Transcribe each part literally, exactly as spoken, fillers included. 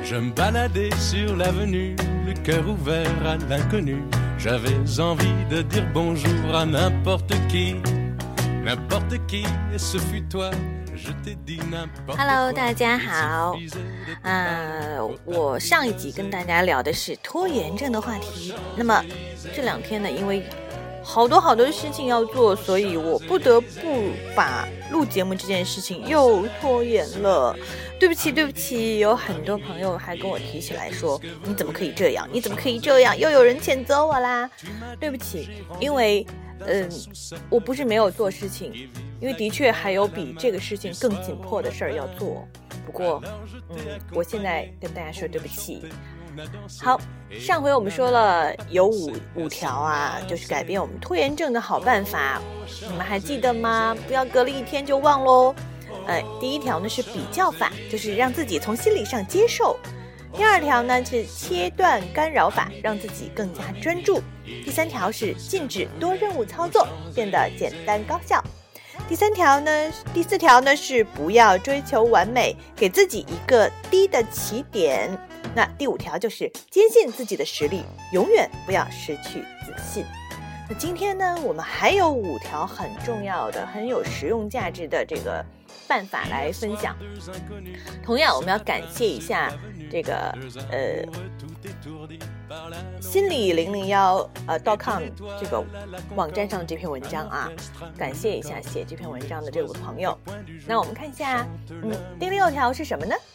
Je me baladais sur l'avenue, le cœur ouvert à l'inconnu. J'avais envie de dire bonjour à n'importe qui, n'importe qui, et ce fut toi. Je t'ai dit n'importe quoi. Hello， 大家好。呃，我上一集跟大家聊的是拖延症的话题。那么这两天呢，因为好多好多事情要做，所以我不得不把录节目这件事情又拖延了。对不起对不起，有很多朋友还跟我提起来说，你怎么可以这样，你怎么可以这样，又有人谴责我啦。对不起，因为嗯，我不是没有做事情，因为的确还有比这个事情更紧迫的事儿要做。不过嗯，我现在跟大家说对不起。好，上回我们说了有五五条啊，就是改变我们拖延症的好办法，你们还记得吗？不要隔了一天就忘咯。呃，第一条呢是比较法，就是让自己从心理上接受。第二条呢是切断干扰法，让自己更加专注。第三条是禁止多任务操作，变得简单高效。第三条呢，第四条呢是不要追求完美，给自己一个低的起点。那第五条就是坚信自己的实力，永远不要失去自信。那今天呢，我们还有五条很重要的、很有实用价值的这个办法来分享。同样，我们要感谢一下这个呃心理零零一呃 .com 这个网站上的这篇文章啊，感谢一下写这篇文章的这位朋友。那我们看一下，嗯，第六条是什么呢？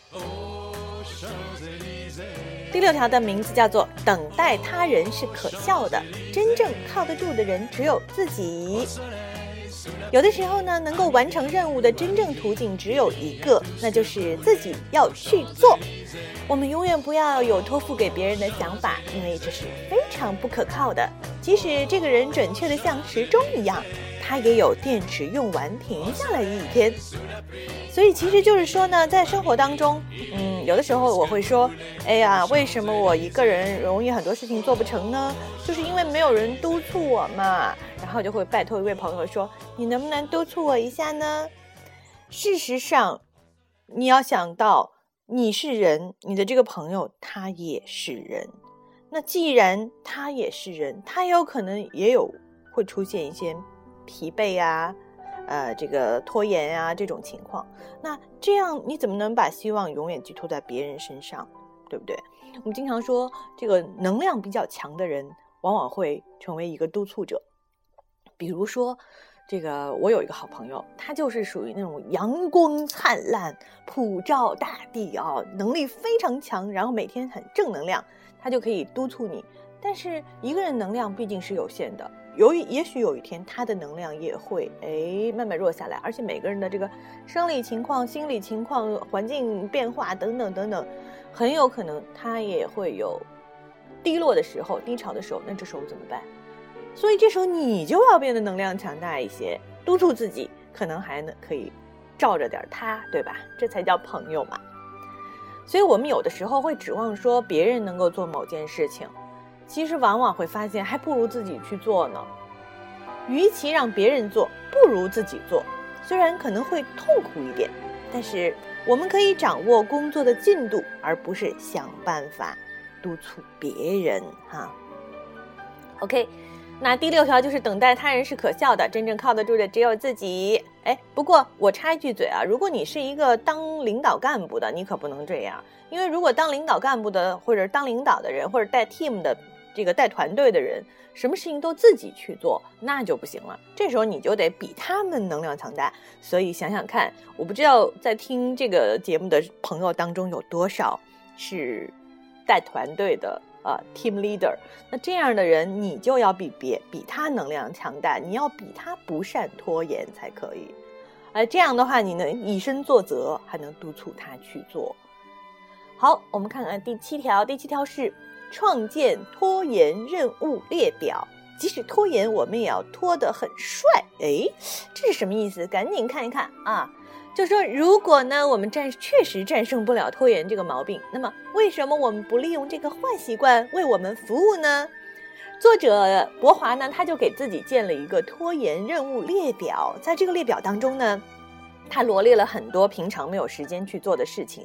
第六条的名字叫做等待他人是可笑的，真正靠得住的人只有自己。有的时候呢，能够完成任务的真正途径只有一个，那就是自己要去做。我们永远不要有托付给别人的想法，因为这是非常不可靠的。即使这个人准确的像时钟一样，他也有电池用完停下来的一天。所以其实就是说呢，在生活当中，嗯，有的时候我会说，哎呀，为什么我一个人容易很多事情做不成呢？就是因为没有人督促我嘛。然后就会拜托一位朋友说，你能不能督促我一下呢？事实上，你要想到你是人，你的这个朋友他也是人。那既然他也是人，他有可能也有会出现一些疲惫啊，呃，这个拖延啊这种情况。那这样你怎么能把希望永远寄托在别人身上，对不对？我们经常说，这个能量比较强的人往往会成为一个督促者。比如说，这个我有一个好朋友，他就是属于那种阳光灿烂、普照大地啊，能力非常强，然后每天很正能量，他就可以督促你。但是一个人能量毕竟是有限的，由于也许有一天他的能量也会哎慢慢弱下来，而且每个人的这个生理情况、心理情况、环境变化等等等等，很有可能他也会有低落的时候、低潮的时候，那这时候怎么办？所以这时候你就要变得能量强大一些，督促自己，可能还能可以照着点他，对吧？这才叫朋友嘛。所以我们有的时候会指望说别人能够做某件事情，其实往往会发现还不如自己去做呢。与其让别人做，不如自己做。虽然可能会痛苦一点，但是我们可以掌握工作的进度，而不是想办法督促别人哈。OK， 那第六条就是等待他人是可笑的，真正靠得住的只有自己。哎，不过我插一句嘴啊，如果你是一个当领导干部的，你可不能这样，因为如果当领导干部的，或者当领导的人，或者带 team 的这个带团队的人，什么事情都自己去做，那就不行了。这时候你就得比他们能量强大。所以想想看，我不知道在听这个节目的朋友当中有多少是带团队的呃 team leader， 那这样的人你就要比别比他能量强大，你要比他不善拖延才可以。而这样的话，你能以身作则，还能督促他去做。好，我们看看第七条。第七条是创建拖延任务列表，即使拖延，我们也要拖得很帅。诶，这是什么意思？赶紧看一看啊！就说如果呢，我们战确实战胜不了拖延这个毛病，那么为什么我们不利用这个坏习惯为我们服务呢？作者博华呢，他就给自己建了一个拖延任务列表，在这个列表当中呢，他罗列了很多平常没有时间去做的事情，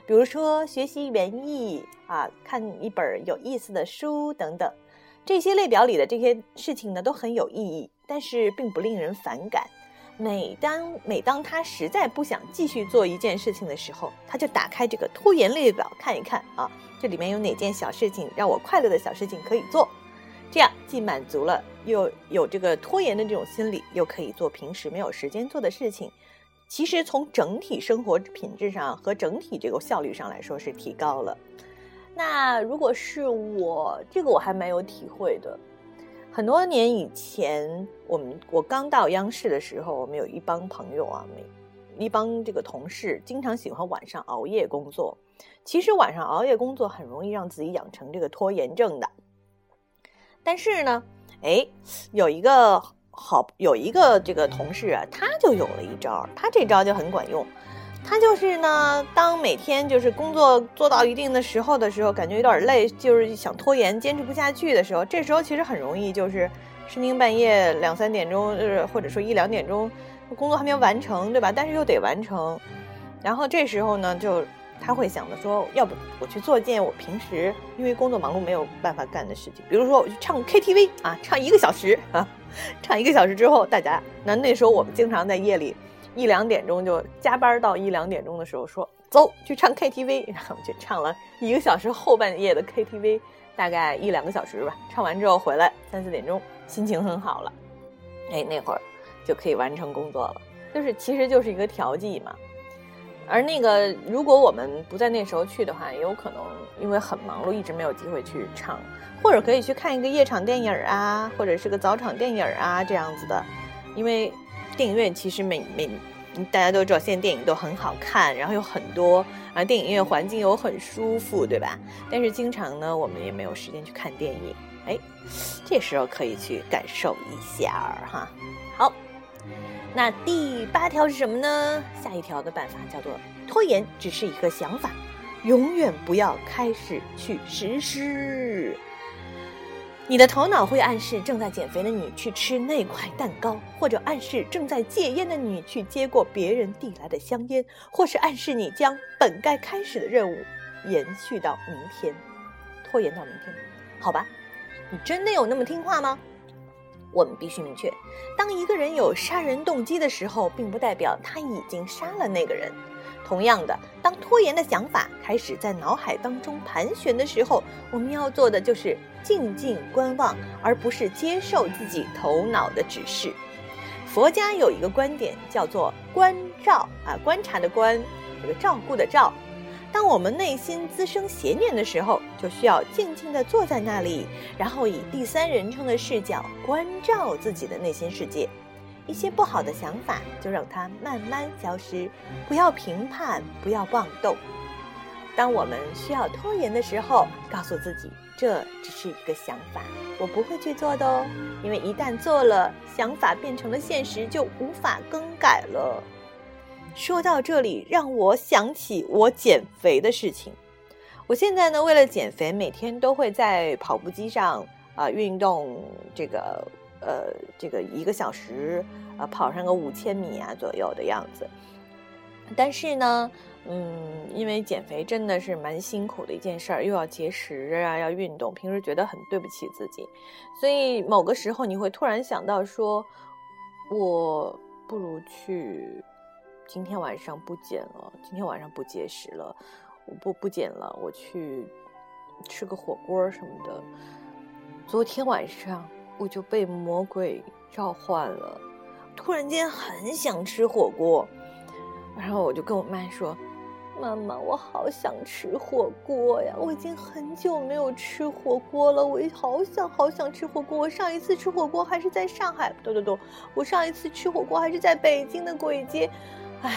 比如说学习园艺啊，看一本有意思的书等等。这些列表里的这些事情呢，都很有意义，但是并不令人反感。每当每当他实在不想继续做一件事情的时候，他就打开这个拖延列表看一看啊，这里面有哪件小事情让我快乐的小事情可以做。这样既满足了又有这个拖延的这种心理，又可以做平时没有时间做的事情。其实从整体生活品质上和整体这个效率上来说是提高了。那如果是我，这个我还蛮有体会的。很多年以前，我们我刚到央视的时候，我们有一帮朋友啊，一帮这个同事，经常喜欢晚上熬夜工作。其实晚上熬夜工作很容易让自己养成这个拖延症的。但是呢，哎，有一个好有一个这个同事啊，他就有了一招，他这招就很管用。他就是呢，当每天就是工作做到一定的时候的时候，感觉有点累，就是想拖延坚持不下去的时候，这时候其实很容易就是深更半夜两三点钟，呃，或者说一两点钟，工作还没有完成，对吧？但是又得完成，然后这时候呢，就他会想着说，要不我去做件我平时因为工作忙碌没有办法干的事情，比如说我去唱 K T V 啊，唱一个小时啊，唱一个小时之后，大家那那时候我们经常在夜里一两点钟就加班到一两点钟的时候说走去唱 K T V， 然后就唱了一个小时后半夜的 K T V， 大概一两个小时吧。唱完之后回来三四点钟，心情很好了，哎，那会儿就可以完成工作了。就是其实就是一个调剂嘛。而那个如果我们不在那时候去的话，也有可能因为很忙碌，一直没有机会去唱，或者可以去看一个夜场电影啊，或者是个早场电影啊这样子的，因为电影院其实每每大家都知道现在电影都很好看，然后有很多啊，电影院环境又很舒服，对吧？但是经常呢我们也没有时间去看电影，哎，这时候可以去感受一下哈。好，那第八条是什么呢？下一条的办法叫做拖延只是一个想法，永远不要开始去实施。你的头脑会暗示正在减肥的你去吃那块蛋糕，或者暗示正在戒烟的你去接过别人递来的香烟，或是暗示你将本该开始的任务延续到明天，拖延到明天。好吧，你真的有那么听话吗？我们必须明确，当一个人有杀人动机的时候，并不代表他已经杀了那个人。同样的，当拖延的想法开始在脑海当中盘旋的时候，我们要做的就是静静观望，而不是接受自己头脑的指示。佛家有一个观点叫做观照啊，观察的观，这个照顾的照。当我们内心滋生邪念的时候，就需要静静地坐在那里，然后以第三人称的视角关照自己的内心世界。一些不好的想法就让它慢慢消失，不要评判，不要妄动。当我们需要拖延的时候，告诉自己这只是一个想法，我不会去做的哦，因为一旦做了，想法变成了现实，就无法更改了。说到这里，让我想起我减肥的事情。我现在呢，为了减肥，每天都会在跑步机上啊、呃、运动这个呃这个一个小时啊、呃、跑上个五千米啊左右的样子。但是呢，嗯，因为减肥真的是蛮辛苦的一件事儿，又要节食啊，要运动，平时觉得很对不起自己，所以某个时候你会突然想到说，我不如去。今天晚上不减了，今天晚上不节食了，我不不减了，我去吃个火锅什么的。昨天晚上我就被魔鬼召唤了，突然间很想吃火锅，然后我就跟我妈说，妈妈，我好想吃火锅呀，我已经很久没有吃火锅了，我也好想好想吃火锅。我上一次吃火锅还是在上海，对对对，我上一次吃火锅还是在北京的簋街。唉，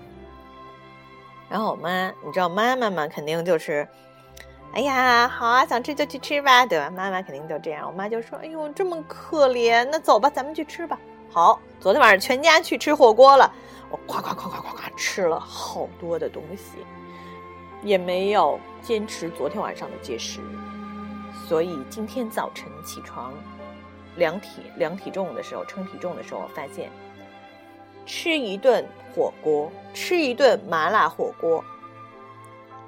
然后我妈，你知道妈妈嘛，肯定就是，哎呀，好啊，想吃就去吃吧，对吧？妈妈肯定就这样。我妈就说，哎呦，这么可怜，那走吧，咱们去吃吧。好，昨天晚上全家去吃火锅了，我夸夸夸夸夸夸吃了好多的东西，也没有坚持昨天晚上的节食，所以今天早晨起床量体量体重的时候，称体重的时候，我发现。吃一顿火锅，吃一顿麻辣火锅，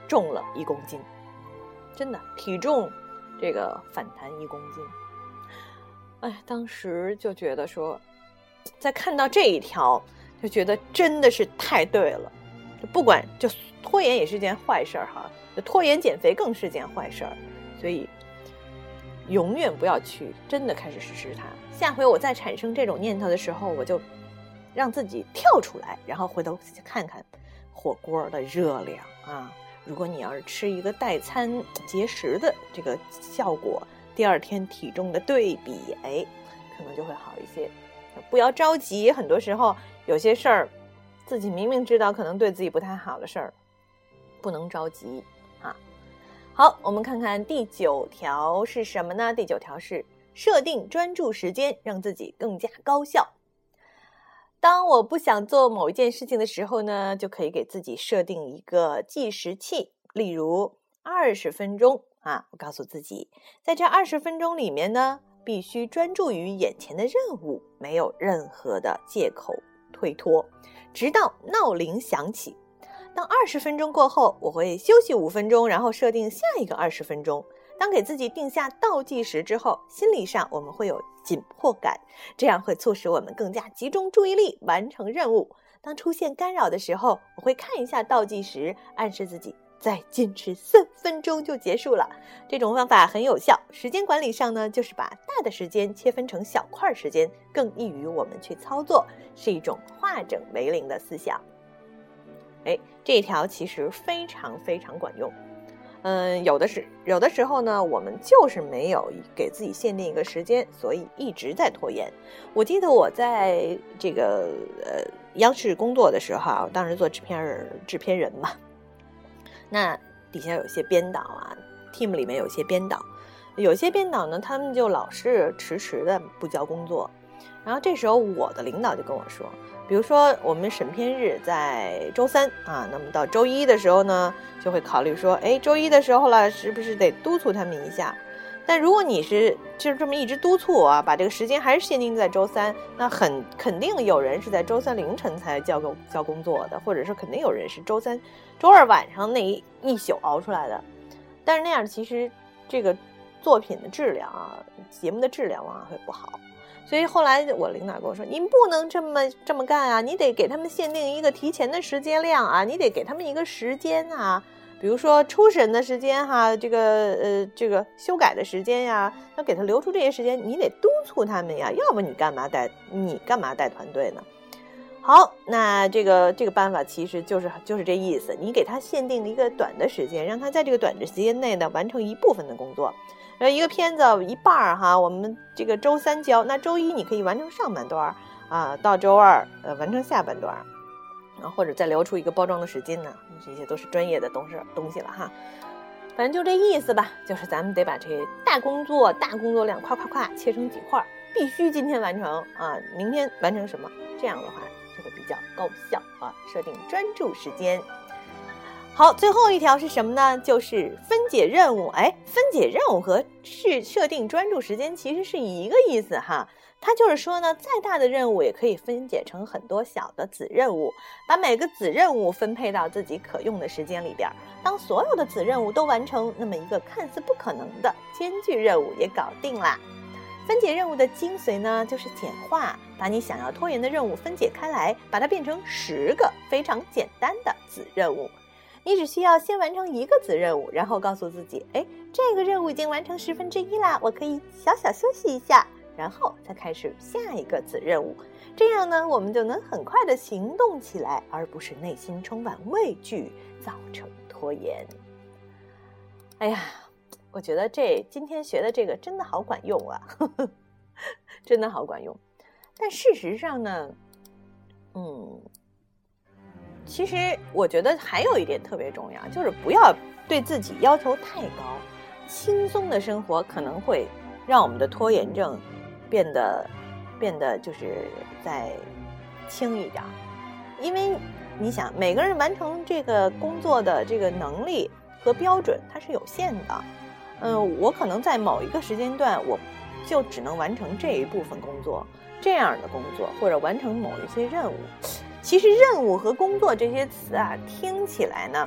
重了一公斤，真的体重这个反弹一公斤。哎，当时就觉得说，在看到这一条，就觉得真的是太对了。就不管就拖延也是件坏事哈，就拖延减肥更是件坏事，所以永远不要去真的开始实施它。下回我再产生这种念头的时候，我就让自己跳出来，然后回头看看火锅的热量啊。如果你要是吃一个代餐节食的这个效果，第二天体重的对比，哎，可能就会好一些。不要着急，很多时候有些事儿自己明明知道可能对自己不太好的事儿，不能着急啊。好，我们看看第九条是什么呢？第九条是设定专注时间，让自己更加高效。当我不想做某一件事情的时候呢，就可以给自己设定一个计时器，例如二十分钟啊，我告诉自己，在这二十分钟里面呢，必须专注于眼前的任务，没有任何的借口推脱，直到闹铃响起。当二十分钟过后，我会休息五分钟，然后设定下一个二十分钟。当给自己定下倒计时之后，心理上我们会有紧迫感，这样会促使我们更加集中注意力完成任务。当出现干扰的时候，我会看一下倒计时，暗示自己再坚持三分钟就结束了。这种方法很有效。时间管理上呢，就是把大的时间切分成小块时间，更易于我们去操作，是一种化整为零的思想。哎，这一条其实非常非常管用。嗯，有的是有的时候呢，我们就是没有给自己限定一个时间，所以一直在拖延。我记得我在这个呃央视工作的时候，当时做制片人制片人嘛，那底下有些编导啊 ，team 里面有些编导，有些编导呢，他们就老是迟迟的不交工作。然后这时候我的领导就跟我说，比如说我们审片日在周三啊，那么到周一的时候呢，就会考虑说，哎，周一的时候了，是不是得督促他们一下？但如果你是就是这么一直督促啊，把这个时间还是限定在周三，那很肯定有人是在周三凌晨才交工交工作的，或者是肯定有人是周三、周二晚上那一一宿熬出来的。但是那样其实这个作品的质量啊，节目的质量往往会不好。所以后来我领导跟我说，您不能这么这么干啊，你得给他们限定一个提前的时间量啊，你得给他们一个时间啊，比如说初审的时间哈，这个呃这个修改的时间呀，要给他留出这些时间，你得督促他们呀，要不你干嘛带你干嘛带团队呢？好，那这个这个办法其实就是就是这意思，你给他限定一个短的时间，让他在这个短的时间内呢完成一部分的工作。呃，一个片子一半哈，我们这个周三交，那周一你可以完成上半段啊，到周二呃完成下半段，然后或者再留出一个包装的时间呢，这些都是专业的东西东西了哈。反正就这意思吧，就是咱们得把这大工作、大工作量，夸夸夸切成几块，必须今天完成啊，明天完成什么，这样的话就会比较高效啊。设定专注时间。好，最后一条是什么呢？就是分解任务。哎，分解任务和是设定专注时间其实是一个意思哈。它就是说呢，再大的任务也可以分解成很多小的子任务，把每个子任务分配到自己可用的时间里边。当所有的子任务都完成，那么一个看似不可能的艰巨任务也搞定啦。分解任务的精髓呢，就是简化，把你想要拖延的任务分解开来，把它变成十个非常简单的子任务。你只需要先完成一个子任务，然后告诉自己，哎，这个任务已经完成十分之一啦，我可以小小休息一下，然后再开始下一个子任务。这样呢，我们就能很快的行动起来，而不是内心充满畏惧，造成拖延。哎呀，我觉得这今天学的这个真的好管用啊，呵呵，真的好管用。但事实上呢，嗯。其实我觉得还有一点特别重要，就是不要对自己要求太高。轻松的生活可能会让我们的拖延症变得变得就是再轻一点，因为你想，每个人完成这个工作的这个能力和标准它是有限的。嗯，我可能在某一个时间段，我就只能完成这一部分工作，这样的工作，或者完成某一些任务。其实任务和工作这些词啊，听起来呢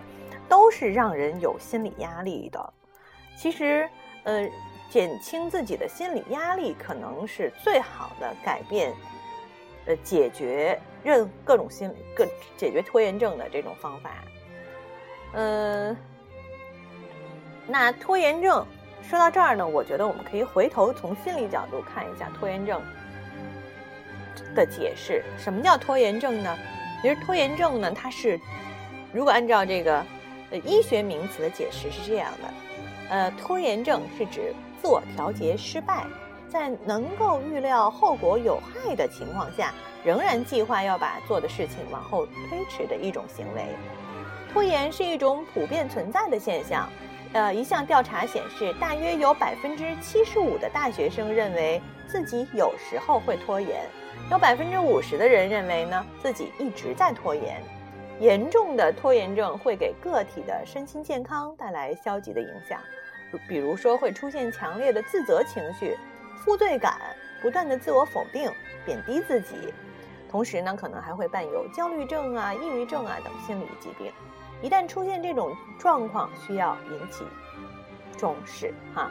都是让人有心理压力的。其实，呃，减轻自己的心理压力，可能是最好的改变，呃，解决任各种心理各解决拖延症的这种方法。呃，那拖延症说到这儿呢，我觉得我们可以回头从心理角度看一下拖延症的解释。什么叫拖延症呢？其实拖延症呢，它是如果按照这个呃医学名词的解释是这样的。呃，拖延症是指自我调节失败，在能够预料后果有害的情况下，仍然计划要把做的事情往后推迟的一种行为。拖延是一种普遍存在的现象。呃，一项调查显示，大约有百分之七十五的大学生认为自己有时候会拖延，有百分之五十的人认为呢自己一直在拖延。严重的拖延症会给个体的身心健康带来消极的影响。比如说会出现强烈的自责情绪、负罪感，不断的自我否定、贬低自己，同时呢，可能还会伴有焦虑症啊、抑郁症啊等心理疾病。一旦出现这种状况，需要引起重视哈。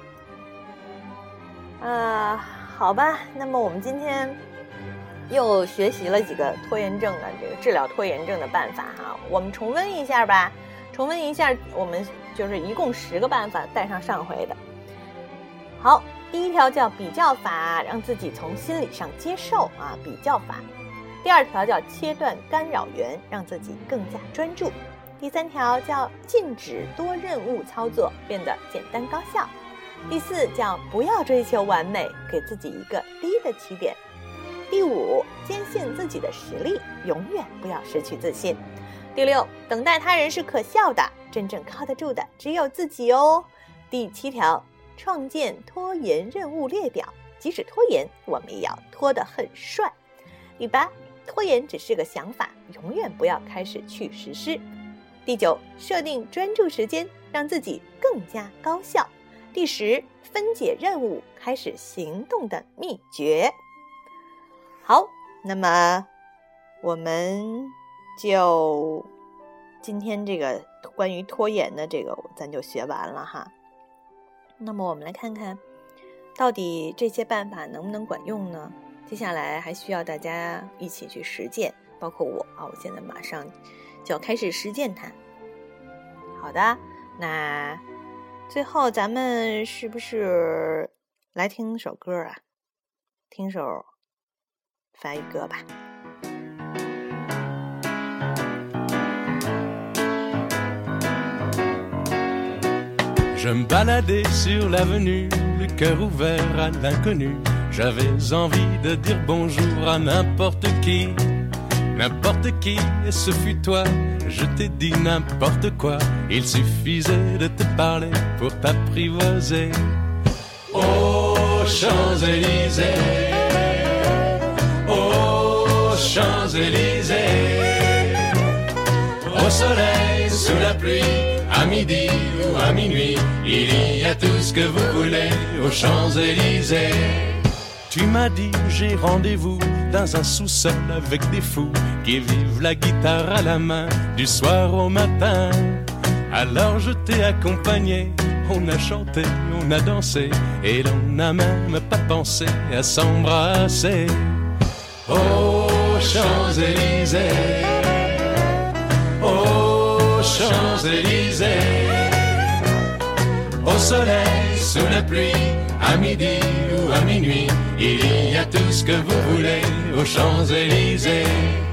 啊，好吧，那么我们今天又学习了几个拖延症的这个治疗拖延症的办法哈，我们重温一下吧。重温一下，我们就是一共十个办法，带上上回的。好，第一条叫比较法，让自己从心理上接受啊比较法。第二条叫切断干扰源，让自己更加专注。第三条叫禁止多任务操作，变得简单高效。第四叫不要追求完美，给自己一个低的起点。第五，坚信自己的实力，永远不要失去自信。第六，等待他人是可笑的，真正靠得住的只有自己哦。第七条，创建拖延任务列表，即使拖延，我们也要拖得很帅。第八，拖延只是个想法，永远不要开始去实施。第九，设定专注时间，让自己更加高效。第十，分解任务，开始行动的秘诀。好，那么我们就今天这个关于拖延的这个咱就学完了哈。那么我们来看看到底这些办法能不能管用呢？接下来还需要大家一起去实践，包括我啊，我现在马上就要开始实践它。好的，那最后咱们是不是来听首歌啊？听首法语歌吧。 Je me baladais sur l'avenue, le cœur ouvert à l'inconnu. J'avais envie de dire bonjour à n'importe qui, n'importe qui, et ce fut toi. Je t'ai dit n'importe quoi, il suffisait de te parler pour t'apprivoiser. Aux Champs-Élysées, aux Champs-Élysées, au soleil, sous la pluie.À midi ou à minuit, il y a tout ce que vous voulez aux Champs-Élysées. Tu m'as dit j'ai rendez-vous dans un sous-sol avec des fous qui vivent la guitare à la main du soir au matin. Alors je t'ai accompagné, on a chanté, on a dansé et l'on n'a même pas pensé à s'embrasser. Aux Champs-Élysées, aux Champs-Élysées, au soleil, sous la pluie, à midi ou à minuit, il y a tout ce que vous voulez aux Champs-Élysées.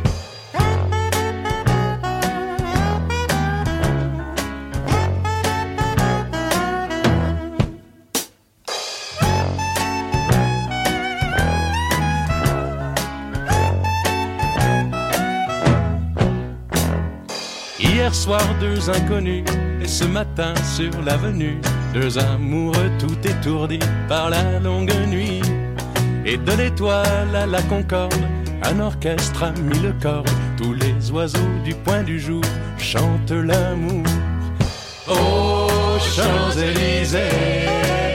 Hier soir, deux inconnus, et ce matin sur l'avenue, deux amoureux tout étourdis par la longue nuit. Et de l'étoile à la concorde, un orchestre a mis le cordes, tous les oiseaux du point du jour chantent l'amour. Aux Champs-Élysées,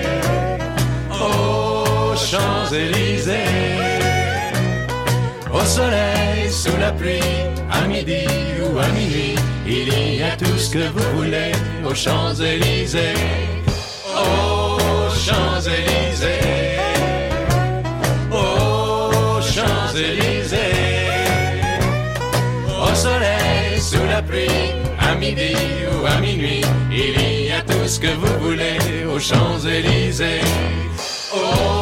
aux Champs-Élysées, au soleil, sous la pluie, à midi ou à minuit, il y a tout ce que vous voulez aux Champs-Élysées, aux Champs-Élysées, aux Champs-Élysées, au soleil, sous la pluie, à midi ou à minuit, il y a tout ce que vous voulez aux Champs-Élysées, aux